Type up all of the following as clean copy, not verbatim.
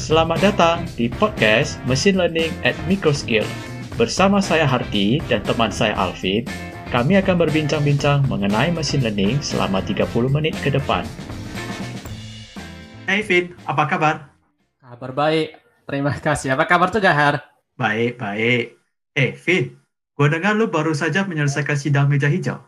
Selamat datang di podcast Machine Learning at Microskill. Bersama saya Harti dan teman saya Alvin, kami akan berbincang-bincang mengenai machine learning selama 30 menit ke depan. Hey Vin, apa kabar? Kabar baik, terima kasih. Apa kabar tuh Gahar? Baik. Vin, gue dengar lu baru saja menyelesaikan sidang meja hijau.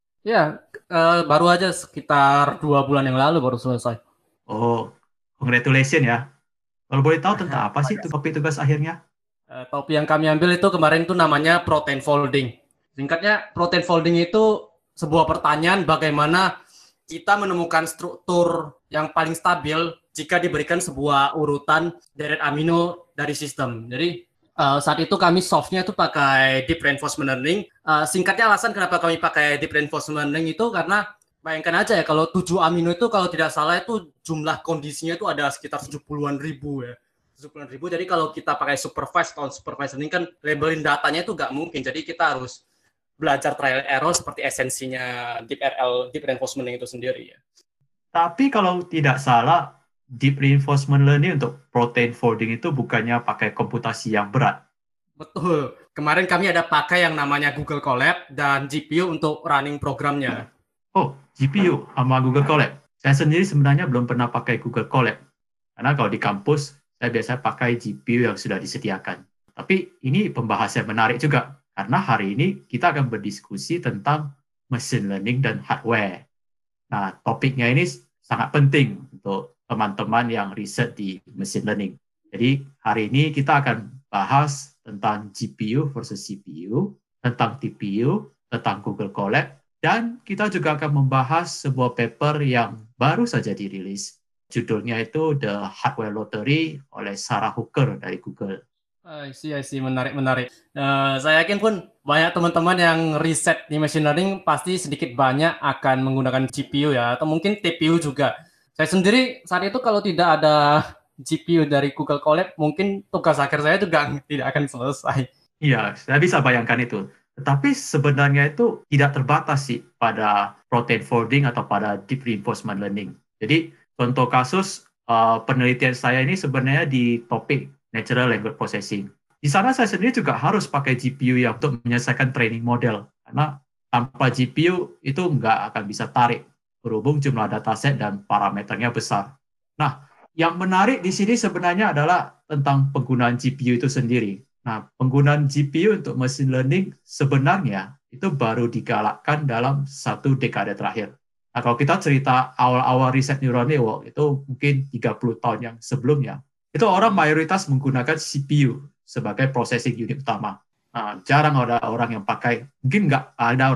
Ya, baru aja sekitar 2 bulan yang lalu baru selesai. Oh, congratulations ya. Kalau boleh tahu tentang apa sih topik tugas akhirnya? Topik yang kami ambil itu kemarin itu namanya protein folding. Singkatnya, protein folding itu sebuah pertanyaan bagaimana kita menemukan struktur yang paling stabil jika diberikan sebuah urutan deret amino dari sistem. Jadi saat itu kami solve-nya itu pakai deep reinforcement learning. Singkatnya alasan kenapa kami pakai deep reinforcement learning itu karena bayangkan aja ya, kalau 7 amino itu kalau tidak salah itu jumlah kondisinya itu ada sekitar 70-an ribu ya. 70-an ribu, jadi kalau kita pakai supervised atau supervised learning kan labelin datanya itu nggak mungkin. Jadi kita harus belajar trial error seperti esensinya deep reinforcement learning itu sendiri ya. Tapi kalau tidak salah, deep reinforcement learning untuk protein folding itu bukannya pakai komputasi yang berat. Betul. Kemarin kami ada pakai yang namanya Google Colab dan GPU untuk running programnya. Oh, GPU sama Google Colab. Saya sendiri sebenarnya belum pernah pakai Google Colab. Karena kalau di kampus, saya biasa pakai GPU yang sudah disediakan. Tapi ini pembahasan menarik juga. Karena hari ini kita akan berdiskusi tentang machine learning dan hardware. Nah, topiknya ini sangat penting untuk teman-teman yang riset di machine learning. Jadi, hari ini kita akan bahas tentang GPU versus CPU, tentang TPU, tentang Google Colab, dan kita juga akan membahas sebuah paper yang baru saja dirilis. Judulnya itu The Hardware Lottery oleh Sarah Hooker dari Google. I see. Menarik. Saya yakin pun banyak teman-teman yang riset di machine learning pasti sedikit banyak akan menggunakan GPU ya, atau mungkin TPU juga. Saya sendiri saat itu kalau tidak ada GPU dari Google Colab, mungkin tugas akhir saya juga tidak akan selesai. Iya, saya bisa bayangkan itu. Tetapi sebenarnya itu tidak terbatas sih pada protein folding atau pada deep reinforcement learning. Jadi contoh kasus penelitian saya ini sebenarnya di topik natural language processing. Di sana saya sendiri juga harus pakai GPU yang untuk menyelesaikan training model. Karena tanpa GPU itu nggak akan bisa tarik berhubung jumlah dataset dan parameternya besar. Nah, yang menarik di sini sebenarnya adalah tentang penggunaan GPU itu sendiri. Nah, penggunaan GPU untuk machine learning sebenarnya itu baru digalakkan dalam 1 dekade terakhir. Nah, kalau kita cerita awal-awal riset neural network, itu mungkin 30 tahun yang sebelumnya, itu orang mayoritas menggunakan CPU sebagai processing unit utama. Nah, jarang ada orang yang pakai, mungkin nggak ada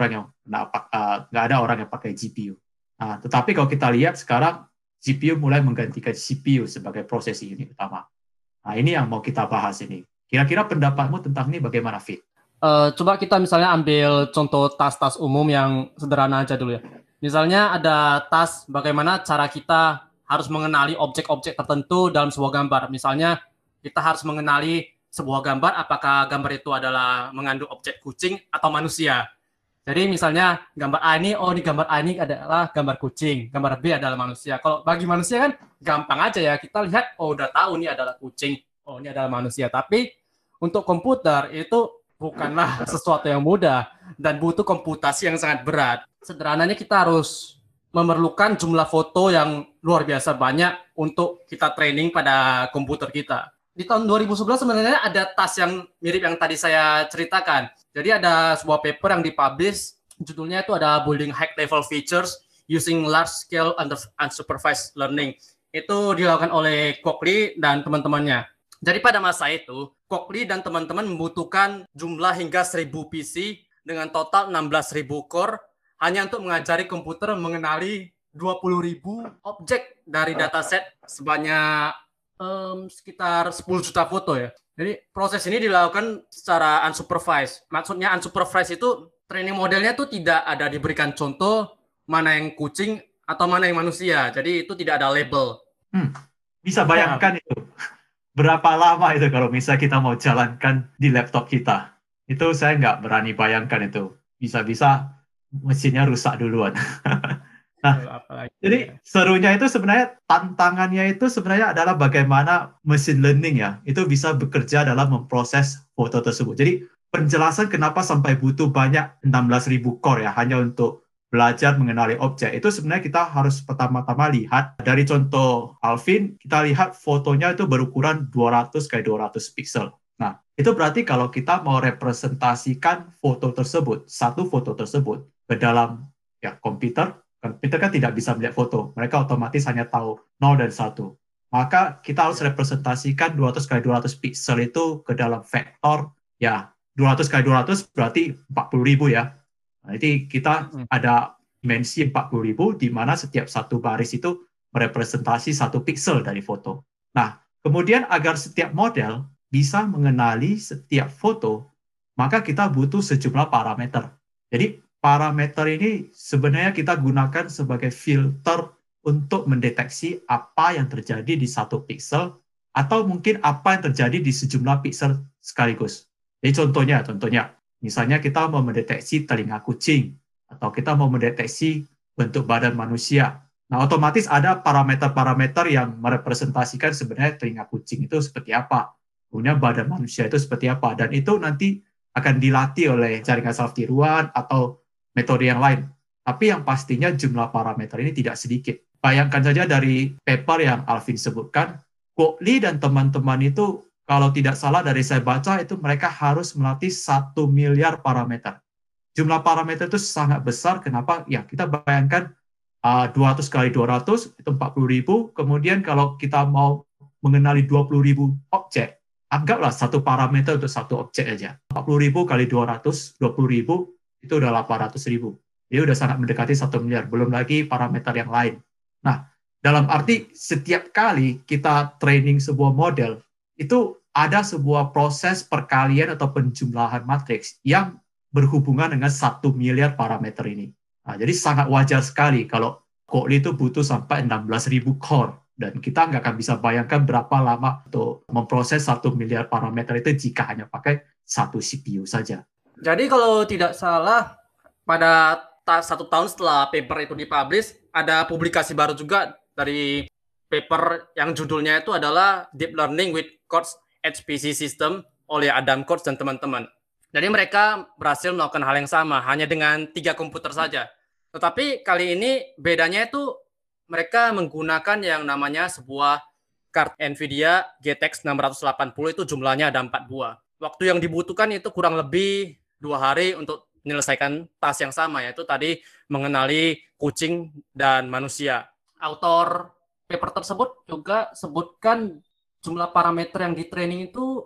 orang yang pakai GPU. Nah, tetapi kalau kita lihat sekarang, GPU mulai menggantikan CPU sebagai processing unit utama. Nah, ini yang mau kita bahas ini. Kira-kira pendapatmu tentang ini bagaimana, Fit? Coba kita misalnya ambil contoh tas-tas umum yang sederhana aja dulu ya. Misalnya ada tas bagaimana cara kita harus mengenali objek-objek tertentu dalam sebuah gambar. Misalnya kita harus mengenali sebuah gambar apakah gambar itu adalah mengandung objek kucing atau manusia. Jadi misalnya gambar A ini, di gambar A ini adalah gambar kucing, gambar B adalah manusia. Kalau bagi manusia kan gampang aja ya, kita lihat, udah tahu ini adalah kucing, ini adalah manusia. Tapi untuk komputer itu bukanlah sesuatu yang mudah dan butuh komputasi yang sangat berat. Sederhananya kita harus memerlukan jumlah foto yang luar biasa banyak untuk kita training pada komputer kita. Di tahun 2011 sebenarnya ada tas yang mirip yang tadi saya ceritakan. Jadi ada sebuah paper yang dipublish, judulnya itu ada Building High Level Features Using Large Scale Unsupervised Learning. Itu dilakukan oleh Coakley dan teman-temannya. Jadi pada masa itu, Coakley dan teman-teman membutuhkan jumlah hingga 1000 PC dengan total 16.000 core hanya untuk mengajari komputer mengenali 20.000 objek dari dataset sebanyak sekitar 10 juta foto ya. Jadi proses ini dilakukan secara unsupervised. Maksudnya unsupervised itu training modelnya tuh tidak ada diberikan contoh mana yang kucing atau mana yang manusia. Jadi itu tidak ada label. Bisa bayangkan itu. Berapa lama itu kalau misalnya kita mau jalankan di laptop kita. Itu saya nggak berani bayangkan itu. Bisa-bisa mesinnya rusak duluan. Nah, Jadi serunya itu sebenarnya tantangannya itu sebenarnya adalah bagaimana machine learning ya itu bisa bekerja dalam memproses foto tersebut. Jadi penjelasan kenapa sampai butuh banyak 16.000 core ya hanya untuk belajar mengenali objek itu sebenarnya kita harus pertama-tama lihat dari contoh Alvin, kita lihat fotonya itu berukuran 200 kali 200 pixel. Nah, itu berarti kalau kita mau representasikan satu foto tersebut ke dalam ya komputer kan tidak bisa melihat foto. Mereka otomatis hanya tahu 0 dan 1. Maka kita harus representasikan 200 kali 200 pixel itu ke dalam vektor. Ya, 200 kali 200 berarti 40.000 ya. Nah, jadi kita ada dimensi 40.000 di mana setiap satu baris itu merepresentasi satu pixel dari foto. Nah, kemudian agar setiap model bisa mengenali setiap foto, maka kita butuh sejumlah parameter. Jadi parameter ini sebenarnya kita gunakan sebagai filter untuk mendeteksi apa yang terjadi di satu pixel atau mungkin apa yang terjadi di sejumlah pixel sekaligus. Jadi contohnya, misalnya kita mau mendeteksi telinga kucing atau kita mau mendeteksi bentuk badan manusia. Nah, otomatis ada parameter-parameter yang merepresentasikan sebenarnya telinga kucing itu seperti apa, kemudian badan manusia itu seperti apa, dan itu nanti akan dilatih oleh jaringan saraf tiruan atau metode yang lain. Tapi yang pastinya jumlah parameter ini tidak sedikit. Bayangkan saja dari paper yang Alvin sebutkan, Coakley dan teman-teman itu, kalau tidak salah dari saya baca, itu mereka harus melatih 1 miliar parameter. Jumlah parameter itu sangat besar. Kenapa? Ya, kita bayangkan 200 kali 200, itu 40.000. Kemudian kalau kita mau mengenali 20.000 objek, anggaplah satu parameter untuk satu objek aja. 40.000 kali 200, 20.000, itu udah 800.000. Jadi udah sangat mendekati 1 miliar, belum lagi parameter yang lain. Nah, dalam arti setiap kali kita training sebuah model, itu ada sebuah proses perkalian atau penjumlahan matriks yang berhubungan dengan 1 miliar parameter ini. Nah, jadi sangat wajar sekali kalau Coakley itu butuh sampai 16.000 core. Dan kita nggak akan bisa bayangkan berapa lama untuk memproses 1 miliar parameter itu jika hanya pakai satu CPU saja. Jadi kalau tidak salah, pada 1 tahun setelah paper itu dipublish, ada publikasi baru juga dari paper yang judulnya itu adalah Deep Learning with Quartz HPC System oleh Adam Quartz dan teman-teman. Jadi mereka berhasil melakukan hal yang sama, hanya dengan 3 komputer saja. Tetapi kali ini bedanya itu mereka menggunakan yang namanya sebuah card NVIDIA GTX 680, itu jumlahnya ada 4 buah. Waktu yang dibutuhkan itu kurang lebih 2 hari untuk menyelesaikan task yang sama, yaitu tadi mengenali kucing dan manusia. Autor paper tersebut juga sebutkan jumlah parameter yang di training itu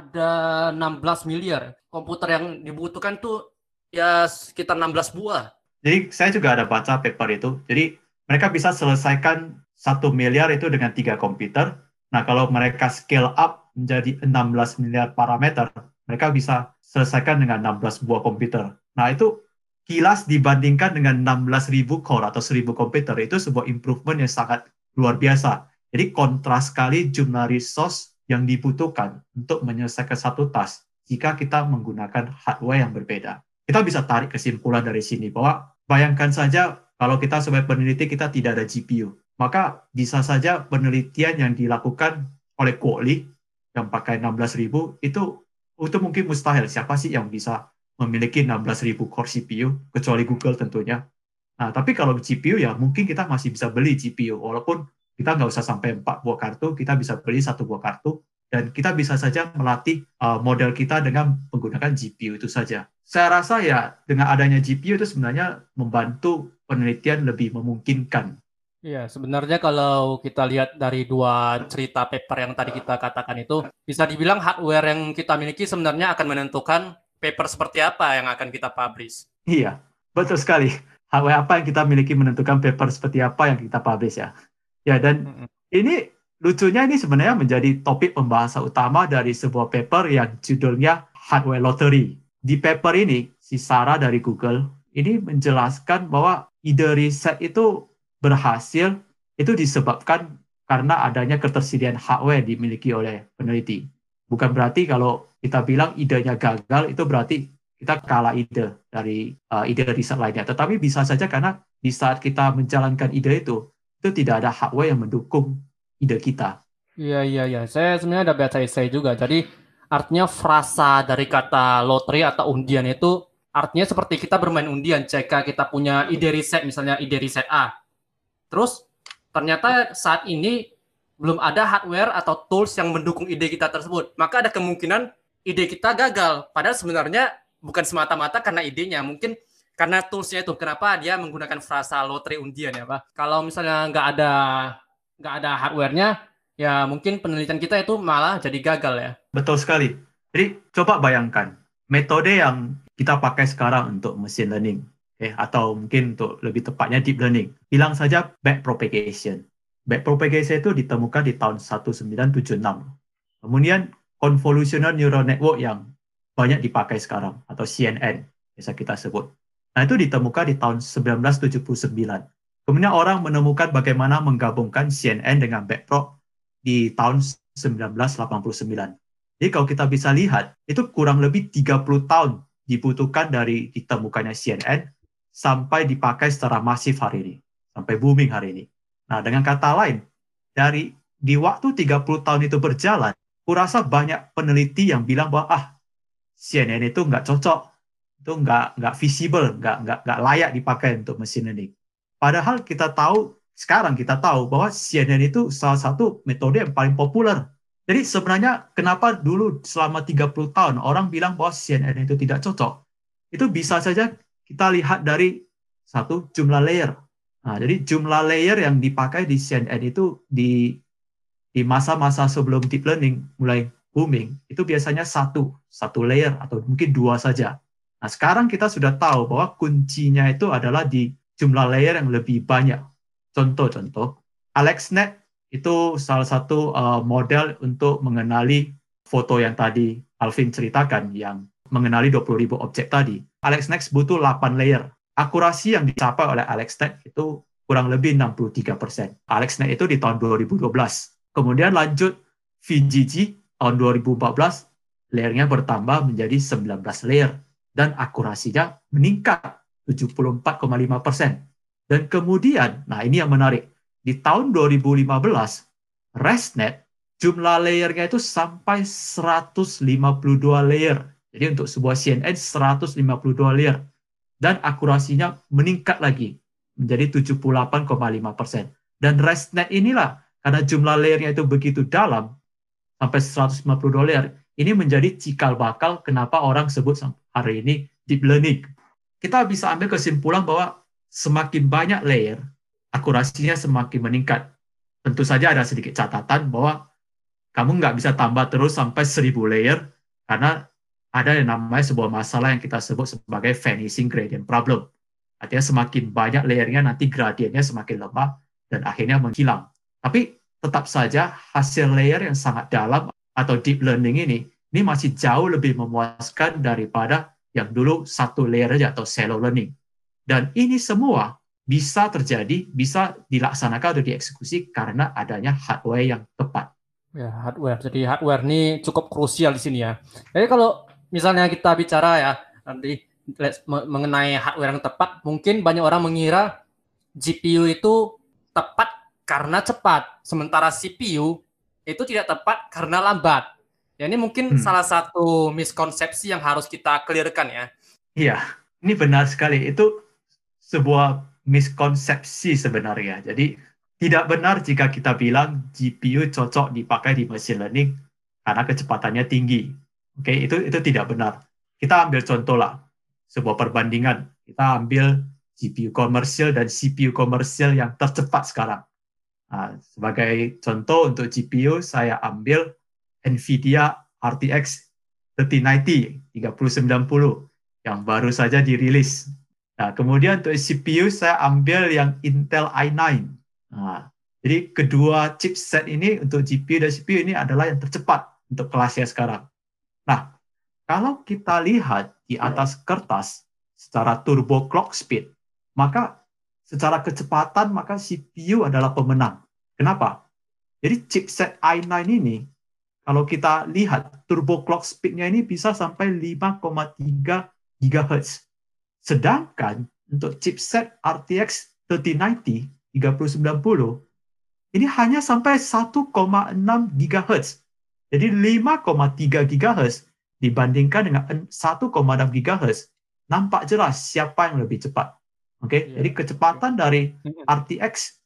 ada 16 miliar. Komputer yang dibutuhkan tuh ya sekitar 16 buah. Jadi saya juga ada baca paper itu. Jadi mereka bisa selesaikan 1 miliar itu dengan 3 komputer. Nah, kalau mereka scale up menjadi 16 miliar parameter, mereka bisa selesaikan dengan 16 buah komputer. Nah, itu kilas dibandingkan dengan 16.000 core atau 1.000 komputer, itu sebuah improvement yang sangat luar biasa. Jadi kontras sekali jumlah resource yang dibutuhkan untuk menyelesaikan satu task jika kita menggunakan hardware yang berbeda. Kita bisa tarik kesimpulan dari sini bahwa bayangkan saja kalau kita sebagai peneliti kita tidak ada GPU, maka bisa saja penelitian yang dilakukan oleh Coakley yang pakai 16.000 itu mungkin mustahil. Siapa sih yang bisa memiliki 16.000 core CPU, kecuali Google tentunya. Nah, tapi kalau GPU ya mungkin kita masih bisa beli GPU, walaupun kita nggak usah sampai 4 buah kartu, kita bisa beli 1 buah kartu, dan kita bisa saja melatih model kita dengan menggunakan GPU itu saja. Saya rasa ya dengan adanya GPU itu sebenarnya membantu penelitian lebih memungkinkan. Iya, sebenarnya kalau kita lihat dari 2 cerita paper yang tadi kita katakan itu, bisa dibilang hardware yang kita miliki sebenarnya akan menentukan paper seperti apa yang akan kita publish. Iya, betul sekali. Hardware apa yang kita miliki menentukan paper seperti apa yang kita publish ya. Ya, dan ini lucunya ini sebenarnya menjadi topik pembahasan utama dari sebuah paper yang judulnya Hardware Lottery. Di paper ini, si Sarah dari Google ini menjelaskan bahwa ide riset itu berhasil itu disebabkan karena adanya ketersediaan hardware dimiliki oleh peneliti. Bukan berarti kalau kita bilang idenya gagal, itu berarti kita kalah ide dari ide riset lainnya. Tetapi bisa saja karena di saat kita menjalankan ide itu tidak ada hardware yang mendukung ide kita. Iya. Saya sebenarnya ada baca essay juga. Jadi artinya frasa dari kata lotre atau undian itu artinya seperti kita bermain undian. Jika kita punya ide riset, misalnya ide riset A. Terus ternyata saat ini belum ada hardware atau tools yang mendukung ide kita tersebut. Maka ada kemungkinan ide kita gagal. Padahal sebenarnya bukan semata-mata karena idenya. Mungkin karena toolsnya itu. Kenapa dia menggunakan frasa lotre undian ya Pak? Kalau misalnya nggak ada hardware-nya, ya mungkin penelitian kita itu malah jadi gagal ya. Betul sekali. Jadi coba bayangkan metode yang kita pakai sekarang untuk machine learning, atau mungkin untuk lebih tepatnya deep learning. Bilang saja backpropagation. Backpropagation itu ditemukan di tahun 1976. Kemudian convolutional neural network yang banyak dipakai sekarang, atau CNN, biasa kita sebut. Nah, itu ditemukan di tahun 1979. Kemudian orang menemukan bagaimana menggabungkan CNN dengan backprop di tahun 1989. Jadi kalau kita bisa lihat, itu kurang lebih 30 tahun dibutuhkan dari ditemukannya CNN sampai dipakai secara masif hari ini, sampai booming hari ini. Nah, dengan kata lain, di waktu 30 tahun itu berjalan, kurasa banyak peneliti yang bilang bahwa CNN itu nggak cocok, itu nggak visible, nggak layak dipakai untuk machine learning. Padahal sekarang kita tahu bahwa CNN itu salah satu metode yang paling populer. Jadi sebenarnya kenapa dulu selama 30 tahun orang bilang bahwa CNN itu tidak cocok? Itu bisa saja kita lihat dari satu jumlah layer. Nah, jadi jumlah layer yang dipakai di CNN itu di masa-masa sebelum deep learning mulai booming, itu biasanya satu layer atau mungkin dua saja. Nah, sekarang kita sudah tahu bahwa kuncinya itu adalah di jumlah layer yang lebih banyak. Contoh-contoh, AlexNet itu salah satu model untuk mengenali foto yang tadi Alvin ceritakan, yang mengenali 20.000 objek tadi. AlexNet butuh 8 layer. Akurasi yang dicapai oleh AlexNet itu kurang lebih 63%. AlexNet itu di tahun 2012. Kemudian lanjut VGG tahun 2014, layernya bertambah menjadi 19 layer. Dan akurasinya meningkat 74,5%. Dan kemudian, nah ini yang menarik, di tahun 2015, ResNet, jumlah layernya itu sampai 152 layer. Jadi untuk sebuah CNN, 152 layer. Dan akurasinya meningkat lagi, menjadi 78,5%. Dan ResNet inilah, karena jumlah layernya itu begitu dalam, sampai 152 layer, ini menjadi cikal bakal kenapa orang sebut hari ini deep learning. Kita bisa ambil kesimpulan bahwa semakin banyak layer, akurasinya semakin meningkat. Tentu saja ada sedikit catatan bahwa kamu nggak bisa tambah terus sampai 1000 layer, karena ada yang namanya sebuah masalah yang kita sebut sebagai vanishing gradient problem. Artinya semakin banyak layernya, nanti gradiennya semakin lemah, dan akhirnya menghilang. Tapi tetap saja hasil layer yang sangat dalam atau deep learning ini masih jauh lebih memuaskan daripada yang dulu satu layer aja atau shallow learning. Dan ini semua bisa terjadi, bisa dilaksanakan atau dieksekusi karena adanya hardware yang tepat. Ya, hardware. Jadi hardware ini cukup krusial di sini ya. Jadi kalau misalnya kita bicara ya nanti mengenai hardware yang tepat, mungkin banyak orang mengira GPU itu tepat karena cepat, sementara CPU itu tidak tepat karena lambat. Ya, ini mungkin salah satu miskonsepsi yang harus kita clearkan ya. Iya, ini benar sekali. Itu sebuah miskonsepsi sebenarnya. Jadi tidak benar jika kita bilang GPU cocok dipakai di machine learning karena kecepatannya tinggi. Oke, itu tidak benar. Kita ambil contoh lah, sebuah perbandingan. Kita ambil GPU komersial dan CPU komersial yang tercepat sekarang. Nah, sebagai contoh untuk GPU, saya ambil NVIDIA RTX 3090 yang baru saja dirilis. Nah, kemudian untuk CPU saya ambil yang Intel i9. Nah, jadi kedua chipset ini untuk GPU dan CPU ini adalah yang tercepat untuk kelasnya sekarang. Nah, kalau kita lihat di atas kertas secara turbo clock speed, maka secara kecepatan maka CPU adalah pemenang. Kenapa? Jadi chipset i9 ini, kalau kita lihat turbo clock speed-nya ini bisa sampai 5,3 GHz. Sedangkan untuk chipset RTX 3090 ini hanya sampai 1,6 GHz. Jadi 5,3 GHz dibandingkan dengan 1,6 GHz, nampak jelas siapa yang lebih cepat. Oke, jadi kecepatan dari RTX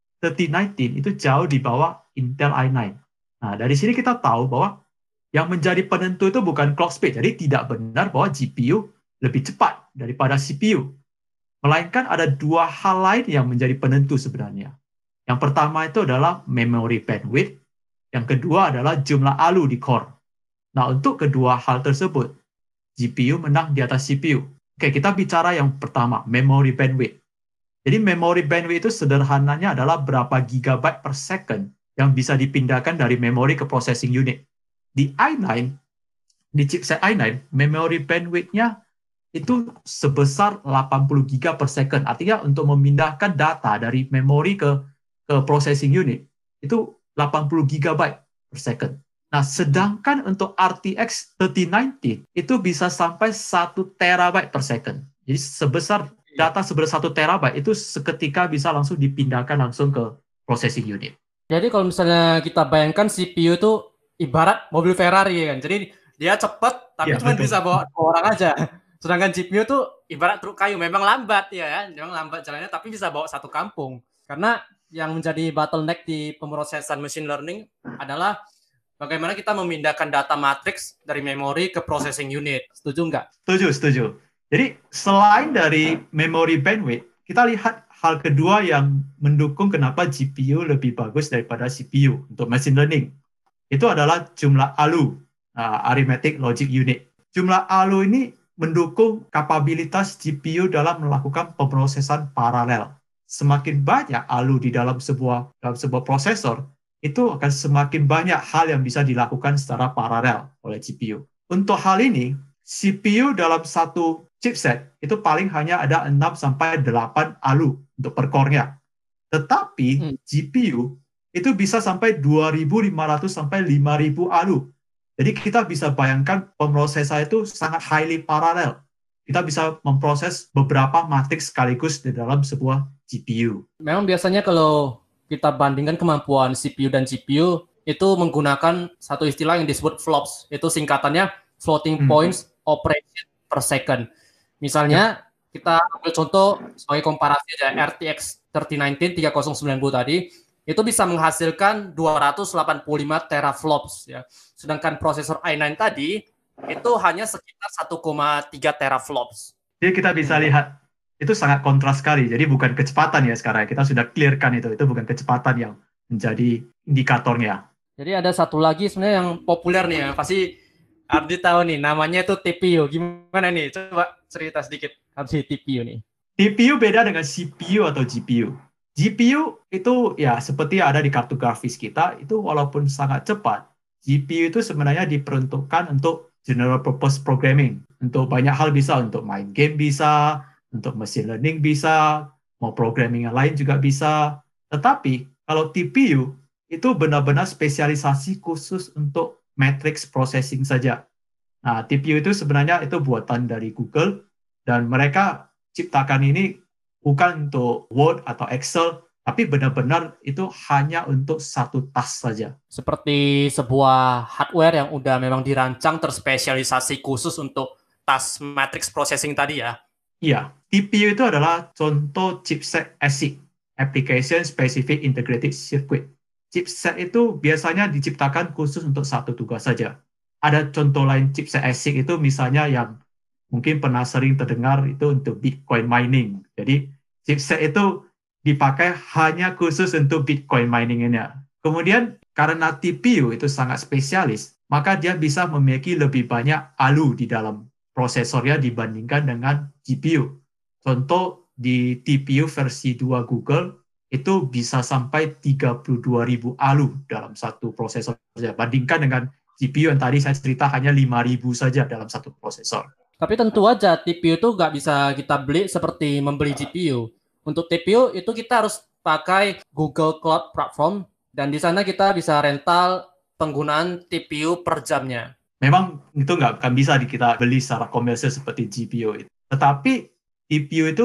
3090 itu jauh di bawah Intel i9. Nah, dari sini kita tahu bahwa yang menjadi penentu itu bukan clock speed. Jadi tidak benar bahwa GPU lebih cepat daripada CPU. Melainkan ada dua hal lain yang menjadi penentu sebenarnya. Yang pertama itu adalah memory bandwidth, yang kedua adalah jumlah ALU di core. Nah, untuk kedua hal tersebut, GPU menang di atas CPU. Oke, kita bicara yang pertama, memory bandwidth. Jadi memory bandwidth itu sederhananya adalah berapa gigabyte per second yang bisa dipindahkan dari memori ke processing unit. Di i9, di chipset i9, memory bandwidth-nya itu sebesar 80 giga per second. Artinya untuk memindahkan data dari memori ke processing unit, itu 80 gigabyte per second. Nah, sedangkan untuk RTX 3090, itu bisa sampai 1 terabyte per second. Jadi data sebesar 1 terabyte itu seketika bisa langsung dipindahkan langsung ke processing unit. Jadi kalau misalnya kita bayangkan CPU itu ibarat mobil Ferrari kan. Jadi dia cepat tapi cuma bisa bawa 2 orang aja. Sedangkan GPU tuh ibarat truk kayu, memang lambat ya, memang lambat jalannya tapi bisa bawa satu kampung. Karena yang menjadi bottleneck di pemrosesan machine learning adalah bagaimana kita memindahkan data matrix dari memori ke processing unit. Setuju nggak? Setuju. Jadi selain dari memory bandwidth, kita lihat hal kedua yang mendukung kenapa GPU lebih bagus daripada CPU untuk machine learning. Itu adalah jumlah ALU, Arithmetic Logic Unit. Jumlah ALU ini mendukung kapabilitas GPU dalam melakukan pemrosesan paralel. Semakin banyak ALU di dalam sebuah prosesor, itu akan semakin banyak hal yang bisa dilakukan secara paralel oleh GPU. Untuk hal ini, CPU dalam satu chipset itu paling hanya ada 6-8 ALU untuk per core-nya. Tetapi GPU itu bisa sampai 2.500 sampai 5.000 ALU. Jadi kita bisa bayangkan pemrosesan itu sangat highly paralel. Kita bisa memproses beberapa matriks sekaligus di dalam sebuah GPU. Memang biasanya kalau kita bandingkan kemampuan CPU dan GPU itu menggunakan satu istilah yang disebut FLOPS. Itu singkatannya Floating Points Operation per Second. Misalnya kita ambil contoh sebagai komparasi aja RTX 3090 tadi itu bisa menghasilkan 285 teraflops ya. Sedangkan prosesor i9 tadi itu hanya sekitar 1,3 teraflops. Jadi kita bisa lihat itu sangat kontras sekali. Jadi bukan kecepatan ya sekarang. Kita sudah clearkan itu bukan kecepatan yang menjadi indikatornya. Jadi ada satu lagi sebenarnya yang populer nih ya. Pasti Ardi tahu nih, namanya itu TPU. Gimana nih? Coba cerita sedikit Ardi TPU nih. TPU beda dengan CPU atau GPU. GPU itu ya seperti ada di kartu grafis kita, itu walaupun sangat cepat, GPU itu sebenarnya diperuntukkan untuk general purpose programming. Untuk banyak hal bisa, untuk main game bisa, untuk machine learning bisa, mau programming yang lain juga bisa. Tetapi kalau TPU itu benar-benar spesialisasi khusus untuk matrix processing saja. Nah, TPU itu sebenarnya itu buatan dari Google, dan mereka ciptakan ini bukan untuk Word atau Excel, tapi benar-benar itu hanya untuk satu task saja. Seperti sebuah hardware yang udah memang dirancang terspesialisasi khusus untuk task matrix processing tadi ya? Iya, TPU itu adalah contoh chipset ASIC, Application Specific Integrated Circuit. Chipset itu biasanya diciptakan khusus untuk satu tugas saja. Ada contoh lain chipset ASIC itu misalnya yang mungkin pernah sering terdengar itu untuk Bitcoin mining. Jadi chipset itu dipakai hanya khusus untuk Bitcoin mining-nya. Kemudian karena TPU itu sangat spesialis, maka dia bisa memiliki lebih banyak ALU di dalam prosesornya dibandingkan dengan GPU. Contoh di TPU versi 2 Google itu bisa sampai 32.000 ALU dalam satu prosesor saja. Bandingkan dengan GPU yang tadi saya cerita hanya 5.000 saja dalam satu prosesor. Tapi tentu aja TPU itu nggak bisa kita beli seperti membeli GPU. Untuk TPU itu kita harus pakai Google Cloud Platform dan di sana kita bisa rental penggunaan TPU per jamnya. Memang itu nggak akan bisa kita beli secara komersial seperti GPU itu. Tetapi TPU itu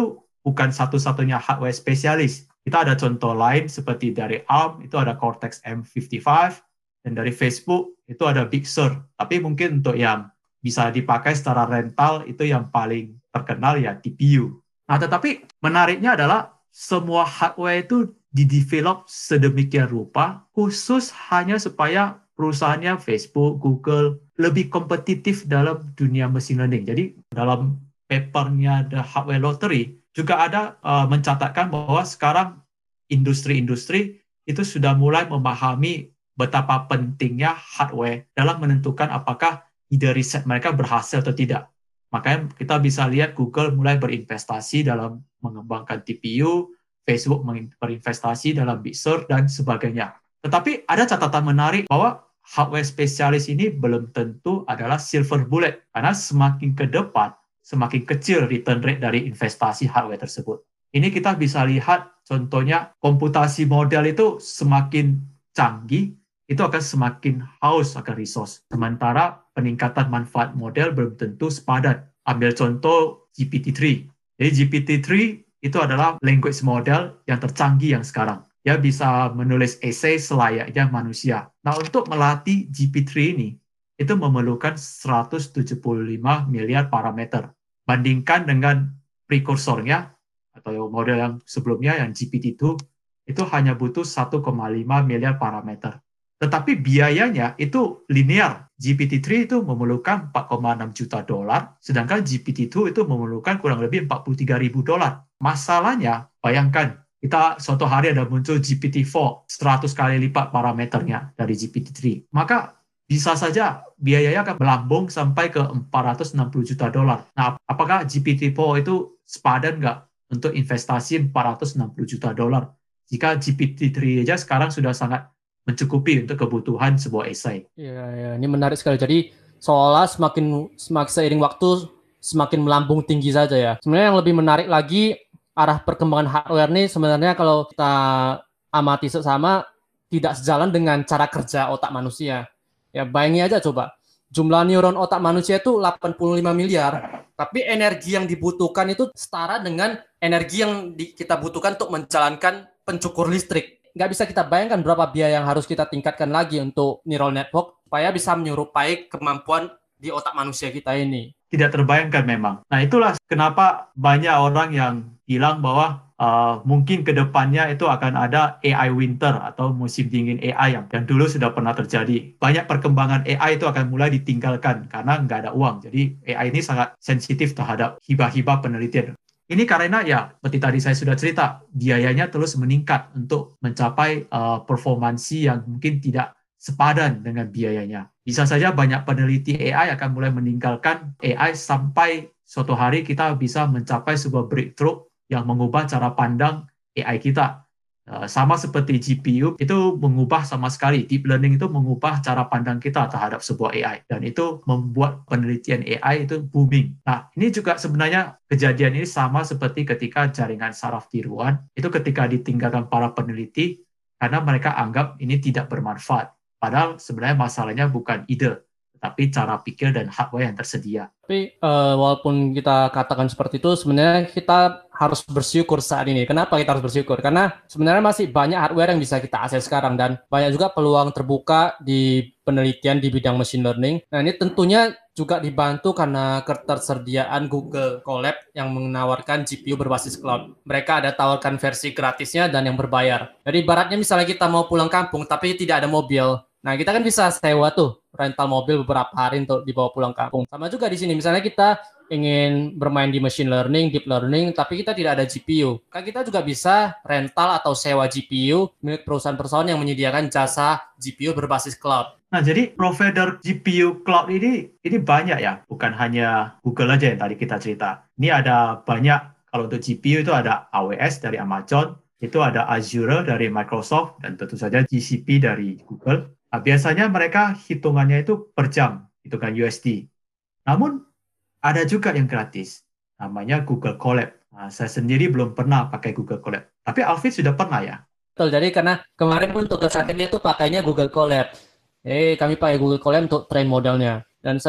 bukan satu-satunya hardware spesialis. Kita ada contoh lain seperti dari ARM, itu ada Cortex M55, dan dari Facebook, itu ada Big Sur. Tapi mungkin untuk yang bisa dipakai secara rental, itu yang paling terkenal ya TPU. Nah, tetapi menariknya adalah semua hardware itu didevelop sedemikian rupa, khusus hanya supaya perusahaannya Facebook, Google, lebih kompetitif dalam dunia machine learning. Jadi dalam papernya The Hardware Lottery, juga ada mencatatkan bahwa sekarang industri-industri itu sudah mulai memahami betapa pentingnya hardware dalam menentukan apakah ide riset mereka berhasil atau tidak. Makanya kita bisa lihat Google mulai berinvestasi dalam mengembangkan TPU, Facebook berinvestasi dalam Big Sur, dan sebagainya. Tetapi ada catatan menarik bahwa hardware spesialis ini belum tentu adalah silver bullet, karena semakin ke depan, semakin kecil return rate dari investasi hardware tersebut. Ini kita bisa lihat contohnya komputasi model itu semakin canggih, itu akan semakin haus akan resource. Sementara peningkatan manfaat model belum tentu sepadan. Ambil contoh GPT-3. Jadi GPT-3 itu adalah language model yang tercanggih yang sekarang. Dia bisa menulis esai selayaknya manusia. Nah, untuk melatih GPT-3 ini, itu memerlukan 175 miliar parameter. Bandingkan dengan prekursornya, atau model yang sebelumnya, yang GPT-2, itu hanya butuh 1,5 miliar parameter. Tetapi biayanya itu linear. GPT-3 itu memerlukan 4,6 juta dolar, sedangkan GPT-2 itu memerlukan kurang lebih 43 ribu dolar. Masalahnya, bayangkan, kita suatu hari ada muncul GPT-4, 100 kali lipat parameternya dari GPT-3. Maka bisa saja biayanya akan melambung sampai ke 460 juta dolar. Nah, apakah GPT-4 itu sepadan nggak untuk investasi 460 juta dolar? Jika GPT-3 aja sekarang sudah sangat mencukupi untuk kebutuhan sebuah esai. Iya, ini menarik sekali. Jadi seolah semakin seiring waktu semakin melambung tinggi saja ya. Sebenarnya yang lebih menarik lagi arah perkembangan hardware ini sebenarnya kalau kita amati sesama tidak sejalan dengan cara kerja otak manusia. Ya bayangin aja coba. Jumlah neuron otak manusia itu 85 miliar, tapi energi yang dibutuhkan itu setara dengan energi yang kita butuhkan untuk menjalankan pencukur listrik. Nggak bisa kita bayangkan berapa biaya yang harus kita tingkatkan lagi untuk neural network supaya bisa menyerupai kemampuan di otak manusia kita ini. Tidak terbayangkan memang. Nah, itulah kenapa banyak orang yang bilang bahwa mungkin ke depannya itu akan ada AI winter atau musim dingin AI yang dulu sudah pernah terjadi. Banyak perkembangan AI itu akan mulai ditinggalkan karena nggak ada uang. Jadi AI ini sangat sensitif terhadap hibah-hibah penelitian. Ini karena ya, seperti tadi saya sudah cerita, biayanya terus meningkat untuk mencapai performansi yang mungkin tidak sepadan dengan biayanya. Bisa saja banyak peneliti AI akan mulai meninggalkan AI sampai suatu hari kita bisa mencapai sebuah breakthrough yang mengubah cara pandang AI kita. Sama seperti GPU, itu mengubah sama sekali. Deep learning itu mengubah cara pandang kita terhadap sebuah AI. Dan itu membuat penelitian AI itu booming. Nah, ini juga sebenarnya kejadian ini sama seperti ketika jaringan saraf tiruan, itu ketika ditinggalkan para peneliti, karena mereka anggap ini tidak bermanfaat. Padahal sebenarnya masalahnya bukan ide, tapi cara pikir dan hardware yang tersedia. Tapi walaupun kita katakan seperti itu, sebenarnya kita harus bersyukur saat ini. Kenapa kita harus bersyukur? Karena sebenarnya masih banyak hardware yang bisa kita akses sekarang dan banyak juga peluang terbuka di penelitian di bidang machine learning. Nah, ini tentunya juga dibantu karena ketersediaan Google Colab yang menawarkan GPU berbasis cloud. Mereka ada tawarkan versi gratisnya dan yang berbayar. Jadi ibaratnya misalnya kita mau pulang kampung tapi tidak ada mobil. Nah, kita kan bisa sewa tuh rental mobil beberapa hari untuk dibawa pulang kampung. Sama juga di sini, misalnya kita ingin bermain di machine learning, deep learning, tapi kita tidak ada GPU. Kan kita juga bisa rental atau sewa GPU milik perusahaan-perusahaan yang menyediakan jasa GPU berbasis cloud. Nah, jadi provider GPU cloud ini banyak ya, bukan hanya Google aja yang tadi kita cerita. Ini ada banyak, kalau untuk GPU itu ada AWS dari Amazon, itu ada Azure dari Microsoft, dan tentu saja GCP dari Google. Nah, biasanya mereka hitungannya itu per jam, hitungan USD. Namun, ada juga yang gratis, namanya Google Colab. Nah, saya sendiri belum pernah pakai Google Colab, tapi Alvin sudah pernah ya? Betul, jadi karena kemarin untuk kesehatan itu pakainya Google Colab. Kami pakai Google Colab untuk train modelnya. Dan saya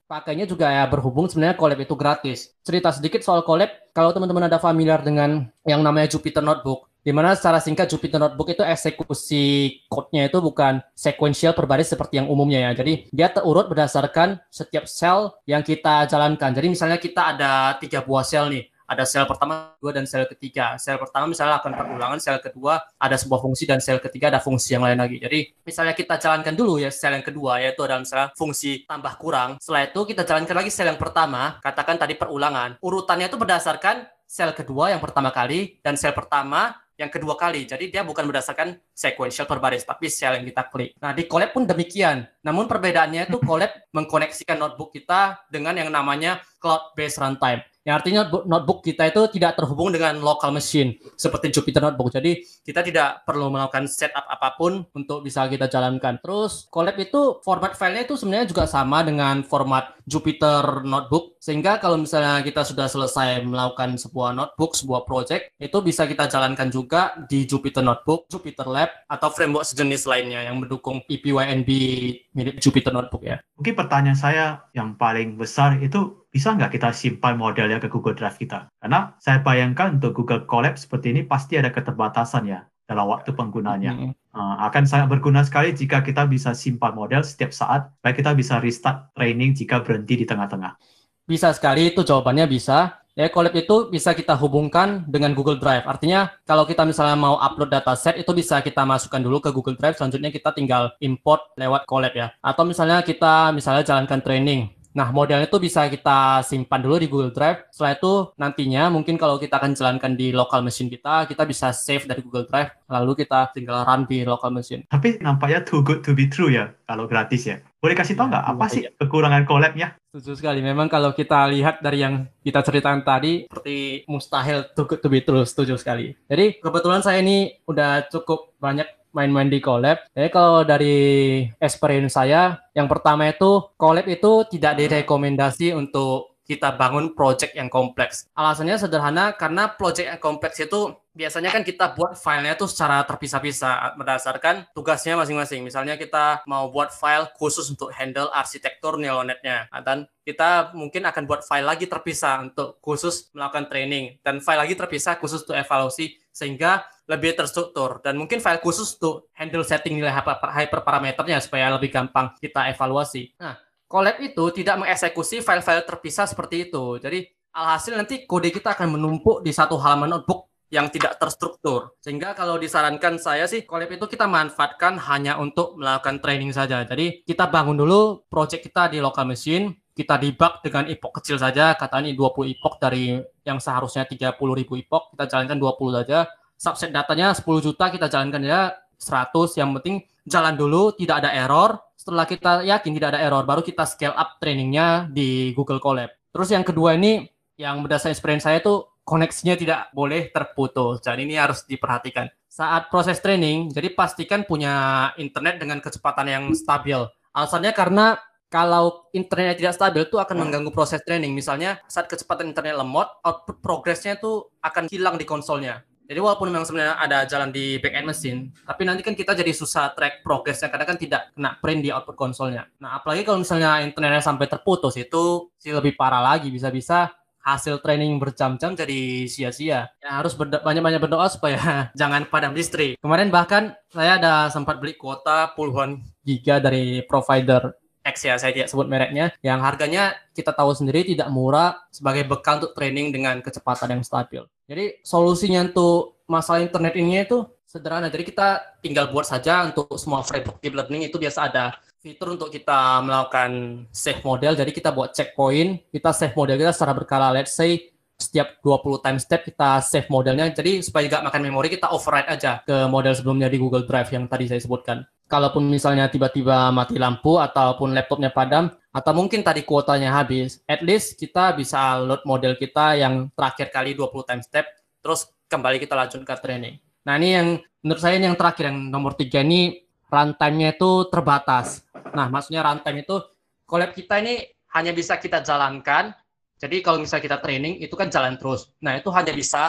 pakainya juga ya berhubung sebenarnya Colab itu gratis. Cerita sedikit soal Colab, kalau teman-teman ada familiar dengan yang namanya Jupyter Notebook, di mana secara singkat Jupyter Notebook itu eksekusi code-nya itu bukan sequential per baris seperti yang umumnya ya. Jadi dia terurut berdasarkan setiap sel yang kita jalankan. Jadi misalnya kita ada 3 buah sel nih. Ada sel pertama, kedua, dan sel ketiga. Sel pertama misalnya akan perulangan, sel kedua ada sebuah fungsi, dan sel ketiga ada fungsi yang lain lagi. Jadi misalnya kita jalankan dulu ya sel yang kedua, yaitu adalah misalnya fungsi tambah kurang. Setelah itu kita jalankan lagi sel yang pertama, katakan tadi perulangan. Urutannya itu berdasarkan sel kedua yang pertama kali, dan sel pertama yang kedua kali. Jadi dia bukan berdasarkan sequential per baris, tapi sel yang kita klik. Nah, di Colab pun demikian. Namun perbedaannya itu Colab mengkoneksikan notebook kita dengan yang namanya cloud-based runtime. Yang artinya notebook kita itu tidak terhubung dengan local machine seperti Jupyter Notebook. Jadi kita tidak perlu melakukan setup apapun untuk bisa kita jalankan. Terus Colab itu format filenya itu sebenarnya juga sama dengan format Jupyter Notebook. Sehingga kalau misalnya kita sudah selesai melakukan sebuah notebook, sebuah project, itu bisa kita jalankan juga di Jupyter Notebook, Jupyter Lab, atau framework sejenis lainnya yang mendukung EPYNB mirip Jupyter Notebook ya. Mungkin pertanyaan saya yang paling besar itu, bisa nggak kita simpan modelnya ke Google Drive kita? Karena saya bayangkan untuk Google Colab seperti ini pasti ada keterbatasan ya dalam waktu penggunaannya. Akan sangat berguna sekali jika kita bisa simpan model setiap saat, supaya kita bisa restart training jika berhenti di tengah-tengah. Bisa sekali, itu jawabannya bisa. Ya, Colab itu bisa kita hubungkan dengan Google Drive. Artinya, kalau kita misalnya mau upload dataset, itu bisa kita masukkan dulu ke Google Drive. Selanjutnya kita tinggal import lewat Colab ya. Atau misalnya kita jalankan training. Nah, modelnya itu bisa kita simpan dulu di Google Drive. Setelah itu nantinya mungkin kalau kita akan jalankan di local machine kita bisa save dari Google Drive, lalu kita tinggal run di local machine. Tapi nampaknya too good to be true ya, kalau gratis ya. Boleh kasih tahu nggak apa sih kekurangan Colab-nya? Setuju sekali. Memang kalau kita lihat dari yang kita ceritakan tadi, seperti mustahil too good to be true. Setuju sekali. Jadi kebetulan saya ini udah cukup banyak main-main di Colab. Jadi kalau dari experience saya, yang pertama itu Colab itu tidak direkomendasi untuk kita bangun project yang kompleks. Alasannya sederhana, karena project yang kompleks itu biasanya kan kita buat filenya itu secara terpisah-pisah berdasarkan tugasnya masing-masing. Misalnya kita mau buat file khusus untuk handle arsitektur neural net-nya. Dan kita mungkin akan buat file lagi terpisah untuk khusus melakukan training. Dan file lagi terpisah khusus untuk evaluasi, sehingga lebih terstruktur. Dan mungkin file khusus untuk handle setting nilai hyperparameternya supaya lebih gampang kita evaluasi. Nah, Colab itu tidak mengeksekusi file-file terpisah seperti itu. Jadi, alhasil nanti kode kita akan menumpuk di satu halaman notebook yang tidak terstruktur. Sehingga kalau disarankan saya sih, Colab itu kita manfaatkan hanya untuk melakukan training saja. Jadi, kita bangun dulu project kita di local machine, kita debug dengan epoch kecil saja, katakan ini 20 epoch dari yang seharusnya 30.000 epoch, kita jalankan 20 saja. Subset datanya 10 juta, kita jalankan ya 100, yang penting jalan dulu, tidak ada error. Setelah kita yakin tidak ada error, baru kita scale up trainingnya di Google Colab. Terus yang kedua ini, yang berdasarkan experience saya itu, koneksinya tidak boleh terputus. Dan ini harus diperhatikan. Saat proses training, jadi pastikan punya internet dengan kecepatan yang stabil. Alasannya karena kalau internetnya tidak stabil, itu akan mengganggu proses training. Misalnya, saat kecepatan internet lemot, output progressnya itu akan hilang di konsolnya. Jadi walaupun memang sebenarnya ada jalan di back-end mesin, tapi nanti kan kita jadi susah track progress-nya karena kan tidak kena print di output konsolnya. Nah, apalagi kalau misalnya internetnya sampai terputus, itu sih lebih parah lagi. Bisa-bisa hasil training berjam-jam jadi sia-sia. Ya, harus banyak-banyak berdoa supaya jangan padam listrik. Kemarin bahkan saya ada sempat beli kuota puluhan giga dari provider X ya, saya tidak sebut mereknya, yang harganya kita tahu sendiri tidak murah sebagai bekal untuk training dengan kecepatan yang stabil. Jadi solusinya untuk masalah internet ini itu sederhana. Jadi kita tinggal buat saja untuk semua framework deep learning itu biasa ada fitur untuk kita melakukan save model. Jadi kita buat checkpoint, kita save model kita secara berkala. Let's say setiap 20 time step kita save modelnya. Jadi supaya nggak makan memori, kita override aja ke model sebelumnya di Google Drive yang tadi saya sebutkan. Kalaupun misalnya tiba-tiba mati lampu ataupun laptopnya padam, atau mungkin tadi kuotanya habis, at least kita bisa load model kita yang terakhir kali 20 time step, terus kembali kita lanjut ke training. Nah, ini yang menurut saya ini yang terakhir, yang nomor 3 ini runtime-nya itu terbatas. Nah, maksudnya runtime itu Colab kita ini hanya bisa kita jalankan. Jadi kalau misalnya kita training itu kan jalan terus. Nah, itu hanya bisa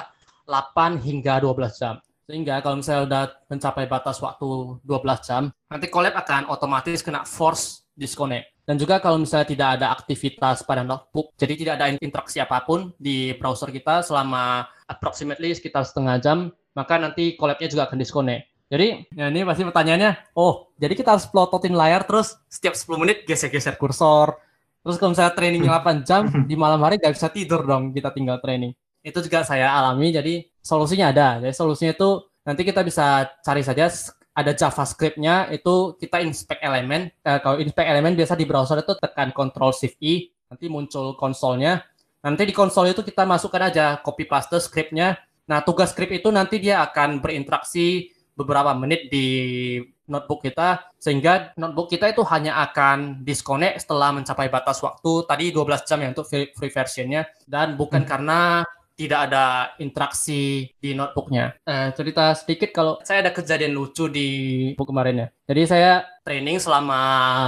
8 hingga 12 jam. Sehingga kalau misalnya udah mencapai batas waktu 12 jam, nanti Colab akan otomatis kena force disconnect. Dan juga kalau misalnya tidak ada aktivitas pada notebook, jadi tidak ada interaksi apapun di browser kita selama approximately sekitar setengah jam, maka nanti collab-nya juga akan disconnect. Jadi, ya ini pasti pertanyaannya, oh, jadi kita harus plototin layar terus setiap 10 menit geser-geser kursor. Terus kalau misalnya trainingnya 8 jam, di malam hari nggak bisa tidur dong, kita tinggal training. Itu juga saya alami, jadi solusinya ada. Jadi solusinya itu nanti kita bisa cari saja, ada JavaScript-nya, itu kita inspect elemen. Kalau inspect elemen biasa di browser itu tekan Ctrl+Shift+I, nanti muncul konsolnya. Nanti di konsol itu kita masukkan aja copy paste script-nya. Nah, tugas script itu nanti dia akan berinteraksi beberapa menit di notebook kita, sehingga notebook kita itu hanya akan disconnect setelah mencapai batas waktu tadi 12 jam ya untuk free versionnya, dan bukan karena tidak ada interaksi di notebooknya. Cerita sedikit, kalau saya ada kejadian lucu di book kemarin ya. Jadi saya training selama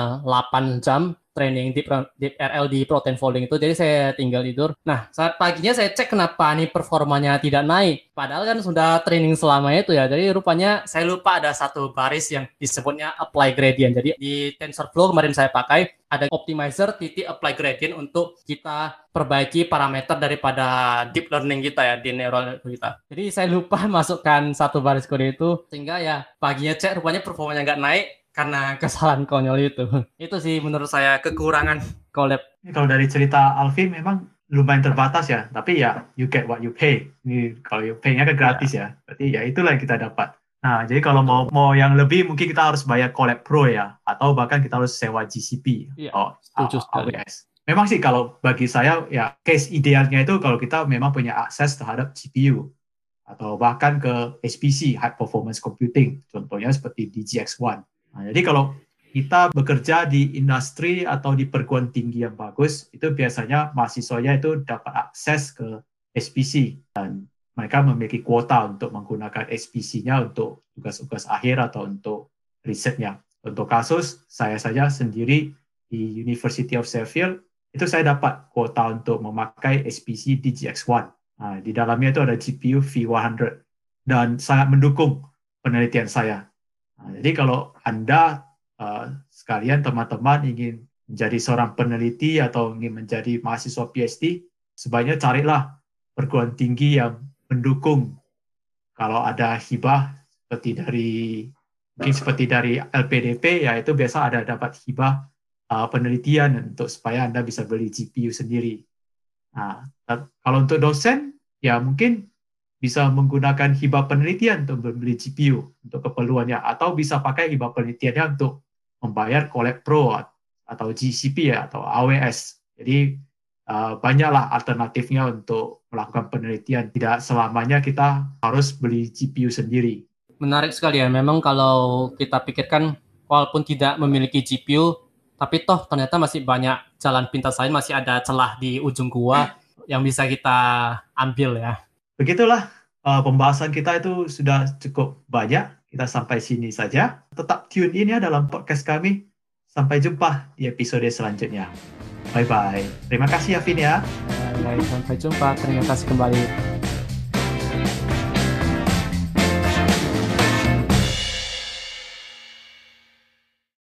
8 jam, training deep RL di protein folding itu, jadi saya tinggal tidur. Nah, saat paginya saya cek kenapa nih performanya tidak naik. Padahal kan sudah training selama itu ya. Jadi rupanya saya lupa ada satu baris yang disebutnya apply gradient. Jadi di TensorFlow kemarin saya pakai, ada optimizer titik apply gradient untuk kita perbaiki parameter daripada deep learning kita ya, di neural kita. Jadi saya lupa masukkan satu baris kode itu, sehingga ya paginya cek rupanya performanya nggak naik karena kesalahan konyol itu. Itu sih menurut saya kekurangan collab. Kalau dari cerita Alvin memang lumayan terbatas ya, tapi ya you get what you pay. Ini kalau you pay-nya kan gratis ya, berarti ya itulah yang kita dapat. Nah, jadi kalau mau yang lebih mungkin kita harus bayar Collab Pro ya, atau bahkan kita harus sewa GCP atau AWS. Memang sih kalau bagi saya ya case idealnya itu kalau kita memang punya akses terhadap GPU atau bahkan ke HPC, High Performance Computing, contohnya seperti DGX-1. Nah, jadi kalau kita bekerja di industri atau di perguruan tinggi yang bagus, itu biasanya mahasiswanya itu dapat akses ke HPC dan mereka memiliki kuota untuk menggunakan HPC-nya untuk tugas-tugas akhir atau untuk risetnya. Untuk kasus saya saja sendiri di University of Sheffield, itu saya dapat kuota untuk memakai HPC DGX-1. Nah, di dalamnya itu ada GPU V100 dan sangat mendukung penelitian saya. Nah, jadi kalau Anda sekalian teman-teman ingin menjadi seorang peneliti atau ingin menjadi mahasiswa PhD, sebaiknya carilah perguruan tinggi yang mendukung. Kalau ada hibah seperti dari LPDP, ya itu biasa ada dapat hibah penelitian untuk supaya Anda bisa beli GPU sendiri. Nah, kalau untuk dosen, ya mungkin bisa menggunakan hibah penelitian untuk membeli GPU untuk keperluannya, atau bisa pakai hibah penelitiannya untuk membayar Collab Pro atau GCP ya, atau AWS. Jadi banyaklah alternatifnya untuk melakukan penelitian. Tidak selamanya kita harus beli GPU sendiri. Menarik sekali ya. Memang kalau kita pikirkan, walaupun tidak memiliki GPU, tapi toh ternyata masih banyak jalan pintas lain, masih ada celah di ujung gua yang bisa kita ambil ya. Begitulah pembahasan kita itu sudah cukup banyak. Kita sampai sini saja. Tetap tune in ya dalam podcast kami. Sampai jumpa di episode selanjutnya. Bye-bye. Terima kasih ya, Vin ya. Sampai jumpa. Terima kasih kembali.